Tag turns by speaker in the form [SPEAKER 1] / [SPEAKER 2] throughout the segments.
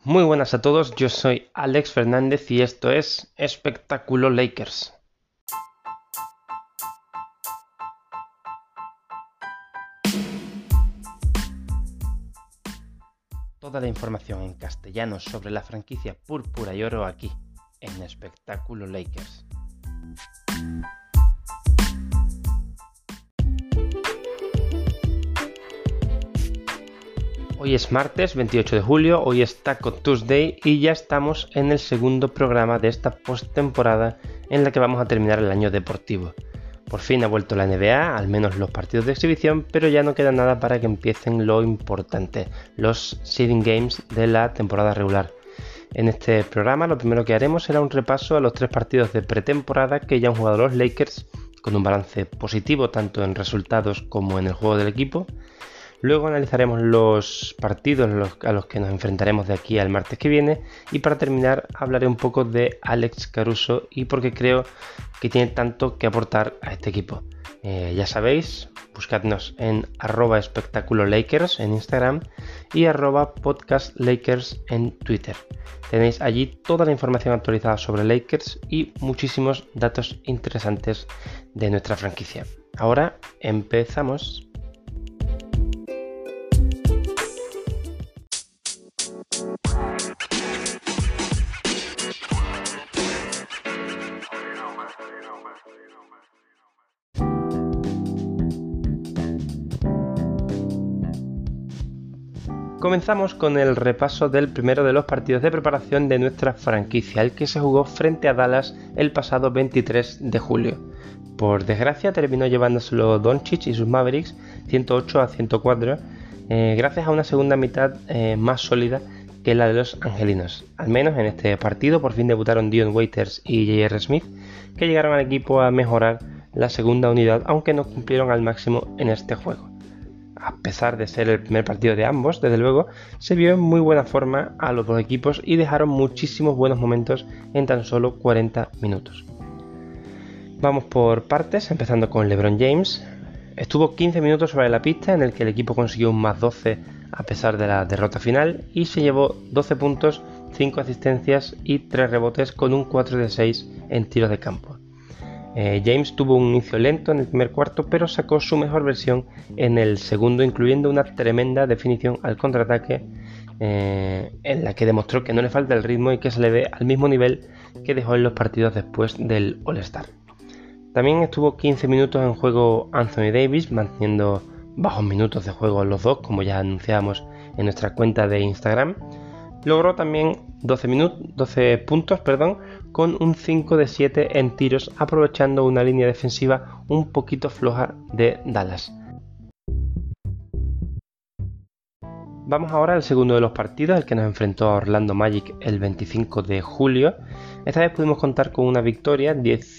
[SPEAKER 1] Muy buenas a todos, yo soy Alex Fernández y esto es Espectáculo Lakers. Toda la información en castellano sobre la franquicia púrpura y oro aquí, en Espectáculo Lakers. Hoy es martes 28 de julio, hoy es Taco Tuesday y ya estamos en el segundo programa de esta postemporada en la que vamos a terminar el año deportivo. Por fin ha vuelto la NBA, al menos los partidos de exhibición, pero ya no queda nada para que empiecen lo importante, los seeding games de la temporada regular. En este programa lo primero que haremos será un repaso a los 3 partidos de pretemporada que ya han jugado los Lakers, con un balance positivo tanto en resultados como en el juego del equipo. Luego analizaremos los partidos a los que nos enfrentaremos de aquí al martes que viene y para terminar hablaré un poco de Alex Caruso y por qué creo que tiene tanto que aportar a este equipo. Ya sabéis, buscadnos en @espectaculolakers en Instagram y @podcastlakers en Twitter. Tenéis allí toda la información actualizada sobre Lakers y muchísimos datos interesantes de nuestra franquicia. Ahora empezamos. Comenzamos con el repaso del primero de los partidos de preparación de nuestra franquicia, el que se jugó frente a Dallas el pasado 23 de julio. Por desgracia terminó llevándoselo Doncic y sus Mavericks 108-104, gracias a una segunda mitad más sólida que la de los angelinos. Al menos en este partido por fin debutaron Dion Waiters y J.R. Smith, que llegaron al equipo a mejorar la segunda unidad, aunque no cumplieron al máximo en este juego. A pesar de ser el primer partido de ambos, desde luego, se vio en muy buena forma a los dos equipos y dejaron muchísimos buenos momentos en tan solo 40 minutos. Vamos por partes, empezando con LeBron James. Estuvo 15 minutos sobre la pista en el que el equipo consiguió un más 12 a pesar de la derrota final y se llevó 12 puntos, 5 asistencias y 3 rebotes con un 4 de 6 en tiros de campo. James tuvo un inicio lento en el primer cuarto, pero sacó su mejor versión en el segundo, incluyendo una tremenda definición al contraataque en la que demostró que no le falta el ritmo y que se le ve al mismo nivel que dejó en los partidos después del All-Star. También estuvo 15 minutos en juego Anthony Davis, manteniendo bajos minutos de juego los dos, como ya anunciábamos en nuestra cuenta de Instagram. Logró también 12 puntos, con un 5 de 7 en tiros, aprovechando una línea defensiva un poquito floja de Dallas. Vamos ahora al segundo de los partidos, el que nos enfrentó a Orlando Magic el 25 de julio. Esta vez pudimos contar con una victoria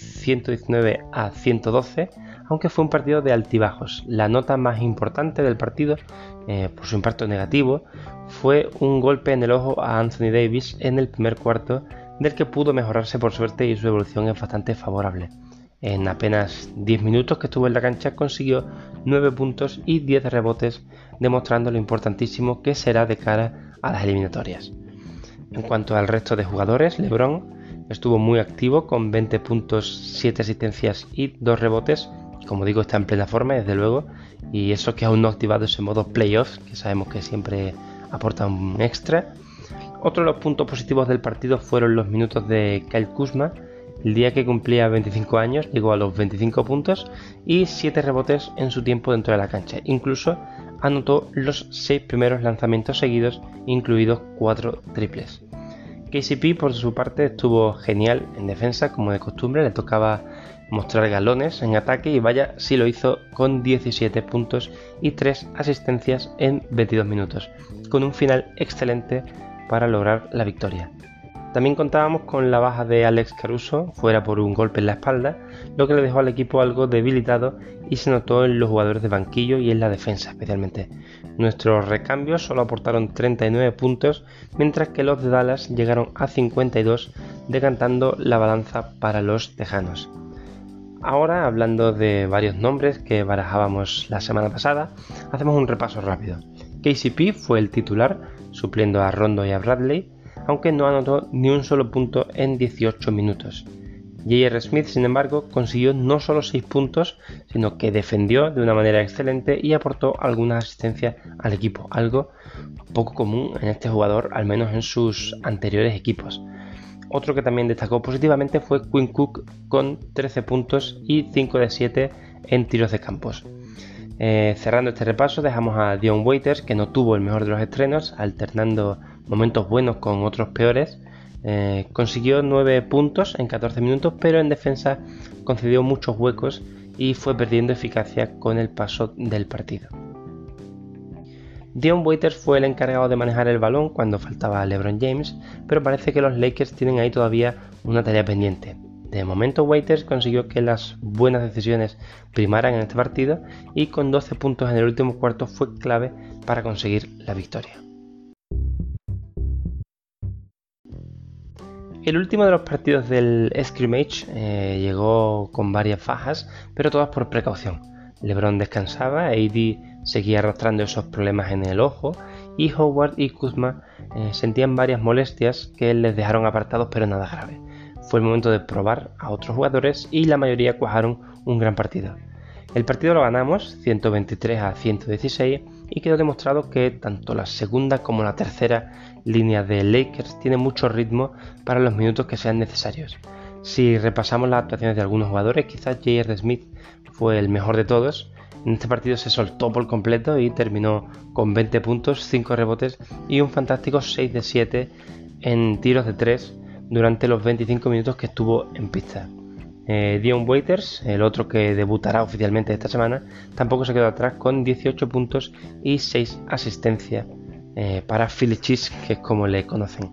[SPEAKER 1] 119-112, aunque fue un partido de altibajos. La nota más importante del partido, por su impacto negativo, fue un golpe en el ojo a Anthony Davis en el primer cuarto, del que pudo mejorarse por suerte y su evolución es bastante favorable. En apenas 10 minutos que estuvo en la cancha consiguió 9 puntos y 10 rebotes, demostrando lo importantísimo que será de cara a las eliminatorias. En cuanto al resto de jugadores, LeBron estuvo muy activo con 20 puntos, 7 asistencias y 2 rebotes. Como digo, está en plena forma, desde luego, y eso que aún no ha activado ese modo playoff, que sabemos que siempre aporta un extra. Otro de los puntos positivos del partido fueron los minutos de Kyle Kuzma. El día que cumplía 25 años llegó a los 25 puntos y 7 rebotes en su tiempo dentro de la cancha. Incluso anotó los 6 primeros lanzamientos seguidos, incluidos 4 triples. KCP por su parte estuvo genial en defensa, como de costumbre, le tocaba mostrar galones en ataque y vaya si lo hizo, con 17 puntos y 3 asistencias en 22 minutos, con un final excelente para lograr la victoria. También contábamos con la baja de Alex Caruso, fuera por un golpe en la espalda, lo que le dejó al equipo algo debilitado y se notó en los jugadores de banquillo y en la defensa especialmente. Nuestros recambios solo aportaron 39 puntos, mientras que los de Dallas llegaron a 52, decantando la balanza para los tejanos. Ahora, hablando de varios nombres que barajábamos la semana pasada, hacemos un repaso rápido. KCP fue el titular, supliendo a Rondo y a Bradley. aunque no anotó ni un solo punto en 18 minutos. J.R. Smith, sin embargo, consiguió no solo 6 puntos, sino que defendió de una manera excelente y aportó algunas asistencias al equipo, algo poco común en este jugador, al menos en sus anteriores equipos. Otro que también destacó positivamente fue Quinn Cook con 13 puntos y 5 de 7 en tiros de campos. Cerrando este repaso dejamos a Dion Waiters, que no tuvo el mejor de los estrenos, alternando momentos buenos con otros peores. Consiguió 9 puntos en 14 minutos, pero en defensa concedió muchos huecos y fue perdiendo eficacia con el paso del partido. Dion Waiters fue el encargado de manejar el balón cuando faltaba LeBron James, pero parece que los Lakers tienen ahí todavía una tarea pendiente. De momento Waiters consiguió que las buenas decisiones primaran en este partido y con 12 puntos en el último cuarto fue clave para conseguir la victoria. El último de los partidos del scrimmage llegó con varias bajas, pero todas por precaución. LeBron descansaba, AD seguía arrastrando esos problemas en el ojo y Howard y Kuzma sentían varias molestias que les dejaron apartados, pero nada grave. Fue el momento de probar a otros jugadores y la mayoría cuajaron un gran partido. El partido lo ganamos 123 a 116 y quedó demostrado que tanto la segunda como la tercera línea de Lakers tiene mucho ritmo para los minutos que sean necesarios. Si repasamos las actuaciones de algunos jugadores, quizás J.R. Smith fue el mejor de todos. En este partido se soltó por completo y terminó con 20 puntos, 5 rebotes y un fantástico 6 de 7 en tiros de 3 durante los 25 minutos que estuvo en pista. Dion Waiters, el otro que debutará oficialmente esta semana, tampoco se quedó atrás con 18 puntos y 6 asistencias para Philly Cheese, que es como le conocen.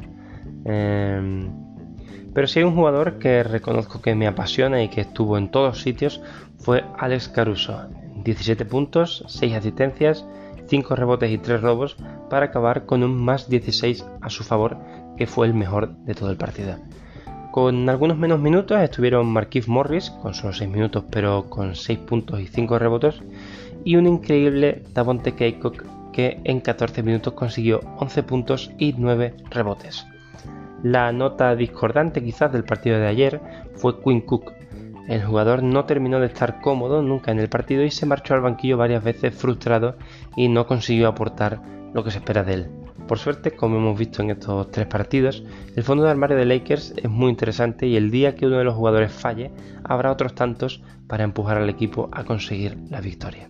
[SPEAKER 1] Pero si hay un jugador que reconozco que me apasiona y que estuvo en todos sitios, fue Alex Caruso. 17 puntos, 6 asistencias, 5 rebotes y 3 robos para acabar con un más 16 a su favor, que fue el mejor de todo el partido. Con algunos menos minutos estuvieron Markieff Morris, con solo 6 minutos pero con 6 puntos y 5 rebotes, y un increíble Davonte Kaycock que en 14 minutos consiguió 11 puntos y 9 rebotes. La nota discordante quizás del partido de ayer fue Quinn Cook. El jugador no terminó de estar cómodo nunca en el partido y se marchó al banquillo varias veces frustrado y no consiguió aportar lo que se espera de él. Por suerte, como hemos visto en estos 3 partidos, el fondo de armario de Lakers es muy interesante y el día que uno de los jugadores falle, habrá otros tantos para empujar al equipo a conseguir la victoria.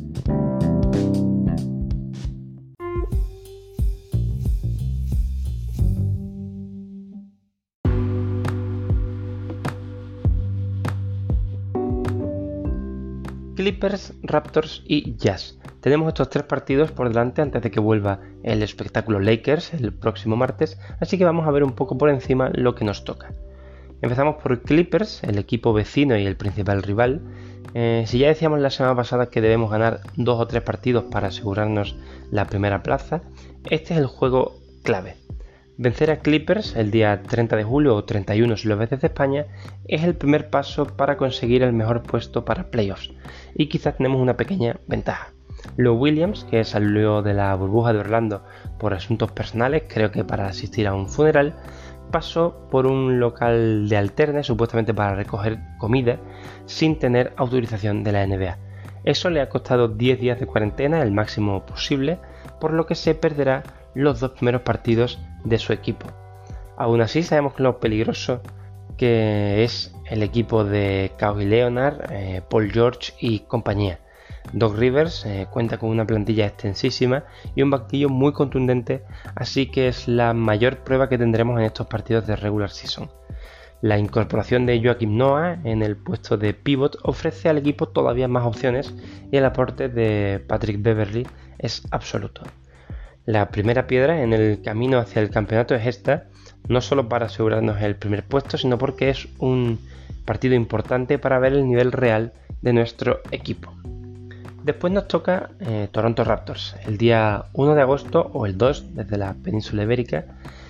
[SPEAKER 1] Clippers, Raptors y Jazz. Tenemos estos 3 partidos por delante antes de que vuelva el espectáculo Lakers el próximo martes, así que vamos a ver un poco por encima lo que nos toca. Empezamos por Clippers, el equipo vecino y el principal rival. Si ya decíamos la semana pasada que debemos ganar 2 o 3 partidos para asegurarnos la primera plaza, este es el juego clave. Vencer a Clippers el día 30 de julio o 31 si lo ves desde España es el primer paso para conseguir el mejor puesto para playoffs y quizás tenemos una pequeña ventaja. Lou Williams, que salió de la burbuja de Orlando por asuntos personales, creo que para asistir a un funeral, pasó por un local de alterne supuestamente para recoger comida sin tener autorización de la NBA. Eso le ha costado 10 días de cuarentena, el máximo posible, por lo que se perderá los 2 primeros partidos de su equipo. Aún así sabemos lo peligroso que es el equipo de Kawhi Leonard, Paul George y compañía. Doc Rivers cuenta con una plantilla extensísima y un banquillo muy contundente, así que es la mayor prueba que tendremos en estos partidos de regular season. La incorporación de Joakim Noah en el puesto de pivot ofrece al equipo todavía más opciones y el aporte de Patrick Beverley es absoluto. La primera piedra en el camino hacia el campeonato es esta, no solo para asegurarnos el primer puesto, sino porque es un partido importante para ver el nivel real de nuestro equipo. Después nos toca Toronto Raptors, el día 1 de agosto o el 2 desde la península ibérica.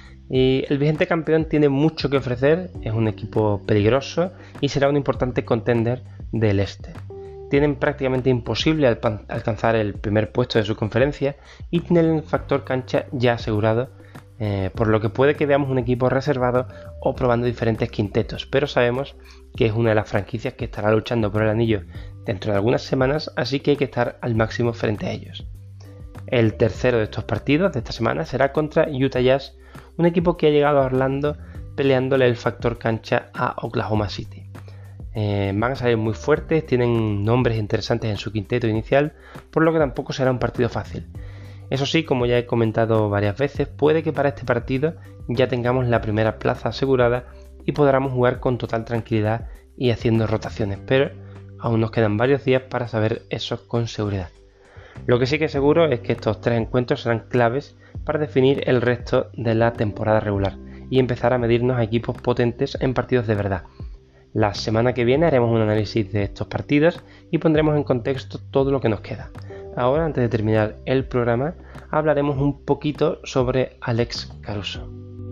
[SPEAKER 1] Y el vigente campeón tiene mucho que ofrecer, es un equipo peligroso y será un importante contender del este. Tienen prácticamente imposible alcanzar el primer puesto de su conferencia y tienen el factor cancha ya asegurado, por lo que puede que veamos un equipo reservado o probando diferentes quintetos, pero sabemos que es una de las franquicias que estará luchando por el anillo dentro de algunas semanas, así que hay que estar al máximo frente a ellos. El tercero de estos partidos de esta semana será contra Utah Jazz, un equipo que ha llegado a Orlando peleándole el factor cancha a Oklahoma City. Van a salir muy fuertes, tienen nombres interesantes en su quinteto inicial, por lo que tampoco será un partido fácil. Eso sí, como ya he comentado varias veces, puede que para este partido ya tengamos la primera plaza asegurada y podamos jugar con total tranquilidad y haciendo rotaciones, pero aún nos quedan varios días para saber eso con seguridad. Lo que sí que es seguro es que estos 3 encuentros serán claves para definir el resto de la temporada regular y empezar a medirnos a equipos potentes en partidos de verdad. La semana que viene haremos un análisis de estos partidos y pondremos en contexto todo lo que nos queda. Ahora, antes de terminar el programa, hablaremos un poquito sobre Alex Caruso.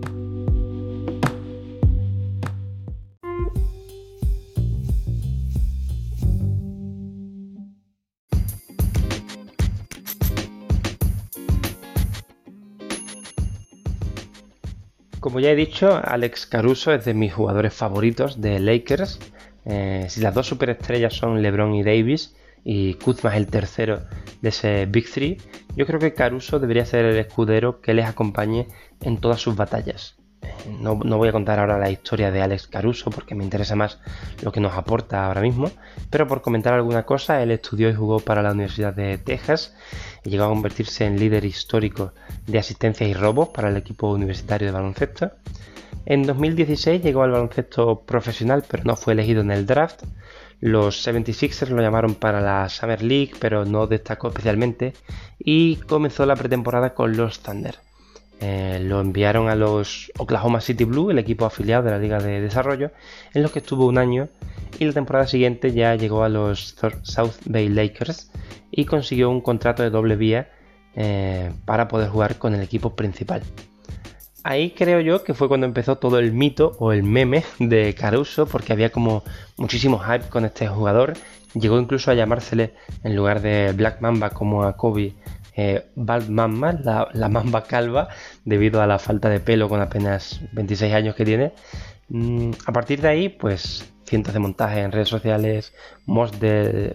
[SPEAKER 1] Como ya he dicho, Alex Caruso es de mis jugadores favoritos de Lakers. Si las dos superestrellas son LeBron y Davis, y Kuzma es el tercero de ese Big Three, yo creo que Caruso debería ser el escudero que les acompañe en todas sus batallas. No voy a contar ahora la historia de Alex Caruso porque me interesa más lo que nos aporta ahora mismo, pero por comentar alguna cosa, él estudió y jugó para la Universidad de Texas y llegó a convertirse en líder histórico de asistencias y robos para el equipo universitario de baloncesto. En 2016 llegó al baloncesto profesional, pero no fue elegido en el draft. Los 76ers lo llamaron para la Summer League, pero no destacó especialmente y comenzó la pretemporada con los Thunder. Lo enviaron a los Oklahoma City Blue, el equipo afiliado de la Liga de Desarrollo, en los que estuvo un año, y la temporada siguiente ya llegó a los South Bay Lakers y consiguió un contrato de doble vía para poder jugar con el equipo principal. Ahí creo yo que fue cuando empezó todo el mito o el meme de Caruso, porque había como muchísimo hype con este jugador. Llegó incluso a llamársele, en lugar de Black Mamba como a Kobe, Bald Mamba, la mamba calva, debido a la falta de pelo con apenas 26 años que tiene. A partir de ahí, pues cientos de montajes en redes sociales, mods del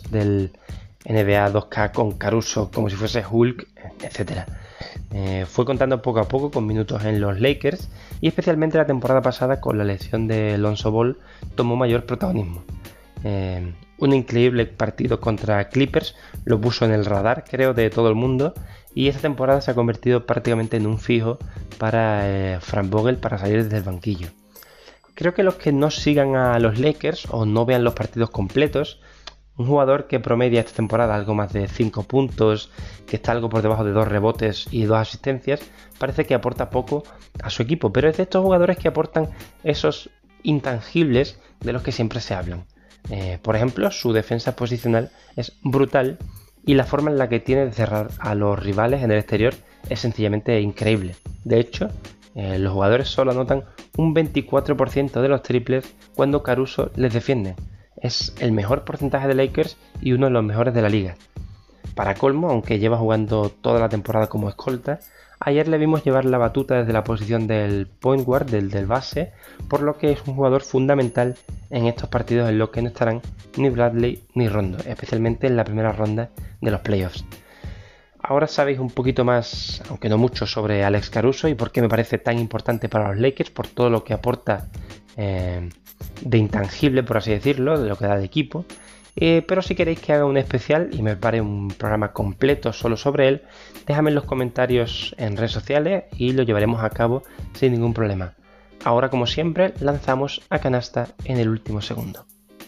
[SPEAKER 1] NBA 2K con Caruso como si fuese Hulk, etc. Fue contando poco a poco con minutos en los Lakers y especialmente la temporada pasada con la lesión de Lonzo Ball tomó mayor protagonismo. Un increíble partido contra Clippers lo puso en el radar, creo, de todo el mundo, y esta temporada se ha convertido prácticamente en un fijo para Frank Vogel para salir desde el banquillo. Creo que los que no sigan a los Lakers o no vean los partidos completos, un jugador que promedia esta temporada algo más de 5 puntos, que está algo por debajo de 2 rebotes y 2 asistencias, parece que aporta poco a su equipo, pero es de estos jugadores que aportan esos intangibles de los que siempre se hablan. Por ejemplo, su defensa posicional es brutal y la forma en la que tiene de cerrar a los rivales en el exterior es sencillamente increíble. De hecho, los jugadores solo anotan un 24% de los triples cuando Caruso les defiende. Es el mejor porcentaje de Lakers y uno de los mejores de la liga. Para colmo, aunque lleva jugando toda la temporada como escolta, ayer le vimos llevar la batuta desde la posición del point guard, del base, por lo que es un jugador fundamental en estos partidos en los que no estarán ni Bradley ni Rondo, especialmente en la primera ronda de los playoffs. Ahora sabéis un poquito más, aunque no mucho, sobre Alex Caruso y por qué me parece tan importante para los Lakers, por todo lo que aporta de intangible, por así decirlo, de lo que da de equipo. Pero si queréis que haga un especial y me prepare un programa completo solo sobre él, dejadme en los comentarios en redes sociales y lo llevaremos a cabo sin ningún problema. Ahora, como siempre, lanzamos a canasta en el último segundo.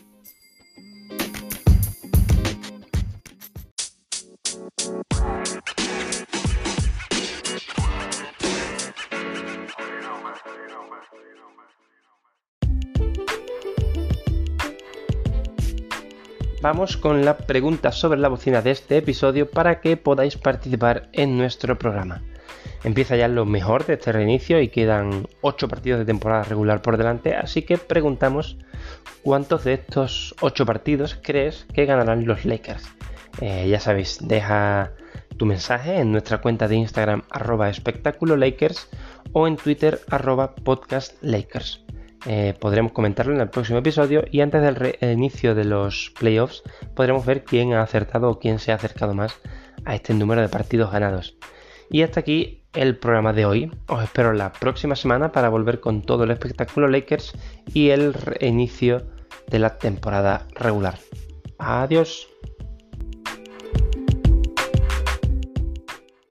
[SPEAKER 1] Vamos con la pregunta sobre la bocina de este episodio para que podáis participar en nuestro programa. Empieza ya lo mejor de este reinicio y quedan 8 partidos de temporada regular por delante, así que preguntamos cuántos de estos 8 partidos crees que ganarán los Lakers. Ya sabéis, deja tu mensaje en nuestra cuenta de Instagram @espectaculolakers o en Twitter @podcastlakers. Podremos comentarlo en el próximo episodio y antes del inicio de los playoffs podremos ver quién ha acertado o quién se ha acercado más a este número de partidos ganados. Y hasta aquí el programa de hoy. Os espero la próxima semana para volver con todo el espectáculo Lakers y el inicio de la temporada regular. Adiós.